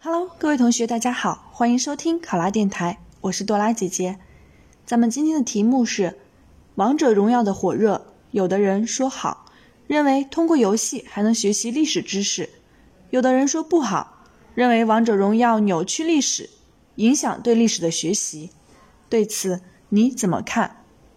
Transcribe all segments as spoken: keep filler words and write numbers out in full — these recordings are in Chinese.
Hello， 各位同学，大家好，欢迎收听考拉电台，我是多拉姐姐。咱们今天的题目是王者荣耀的火热，有的人说好，认为通过游戏还能学习历史知识；有的人说不好，认为王者荣耀扭曲历史，影响对历史的学习。对此你怎么看？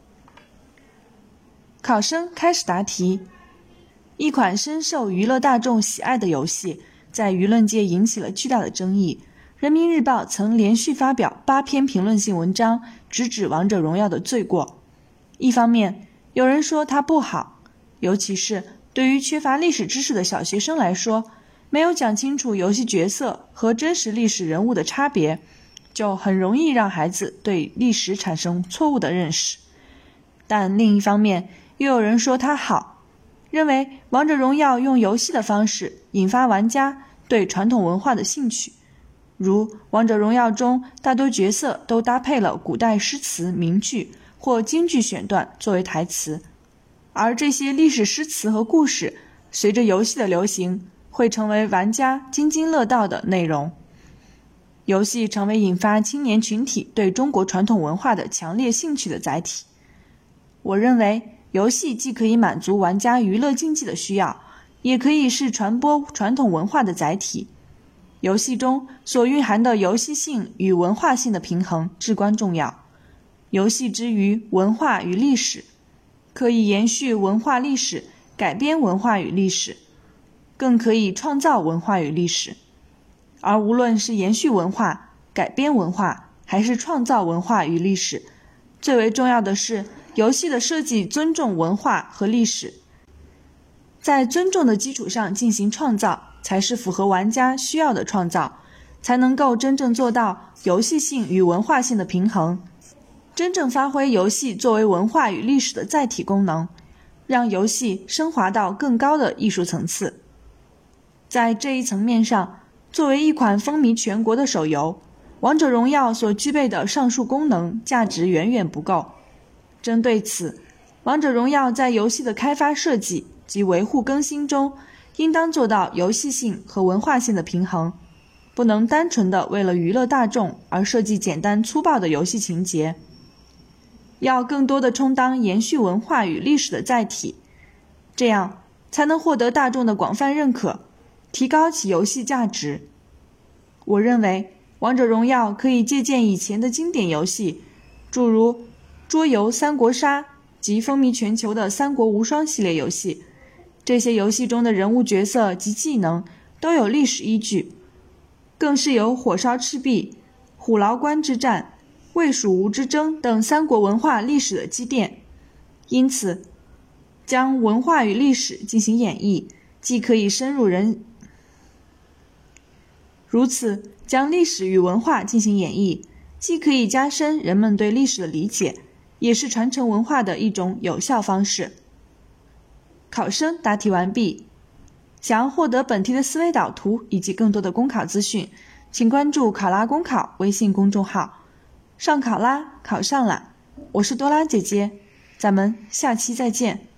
考生开始答题。一款深受娱乐大众喜爱的游戏在舆论界引起了巨大的争议，人民日报曾连续发表八篇评论性文章，直指王者荣耀的罪过。一方面，有人说它不好，尤其是对于缺乏历史知识的小学生来说，没有讲清楚游戏角色和真实历史人物的差别，就很容易让孩子对历史产生错误的认识。但另一方面，又有人说它好，认为王者荣耀用游戏的方式引发玩家对传统文化的兴趣，如王者荣耀中大多角色都搭配了古代诗词名句或京剧选段作为台词，而这些历史诗词和故事随着游戏的流行会成为玩家津津乐道的内容。游戏成为引发青年群体对中国传统文化的强烈兴趣的载体。我认为游戏既可以满足玩家娱乐竞技的需要，也可以是传播传统文化的载体。游戏中所蕴含的游戏性与文化性的平衡至关重要。游戏之于文化与历史，可以延续文化历史，改编文化与历史，更可以创造文化与历史。而无论是延续文化、改编文化，还是创造文化与历史，最为重要的是游戏的设计尊重文化和历史，在尊重的基础上进行创造，才是符合玩家需要的创造，才能够真正做到游戏性与文化性的平衡，真正发挥游戏作为文化与历史的载体功能，让游戏升华到更高的艺术层次。在这一层面上，作为一款风靡全国的手游，王者荣耀所具备的上述功能价值远远不够。针对此，王者荣耀在游戏的开发设计及维护更新中，应当做到游戏性和文化性的平衡，不能单纯的为了娱乐大众而设计简单粗暴的游戏情节，要更多的充当延续文化与历史的载体，这样才能获得大众的广泛认可，提高其游戏价值。我认为王者荣耀可以借鉴以前的经典游戏，诸如桌游三国杀及风靡全球的三国无双系列游戏，这些游戏中的人物角色及技能都有历史依据，更是有火烧赤壁、虎牢关之战、魏蜀吴之争等三国文化历史的积淀。因此，将文化与历史进行演绎，既可以深入人如此将历史与文化进行演绎，既可以加深人们对历史的理解，也是传承文化的一种有效方式。考生答题完毕。想要获得本题的思维导图以及更多的公考资讯，请关注考拉公考微信公众号。上考拉，考上了，我是多拉姐姐，咱们下期再见。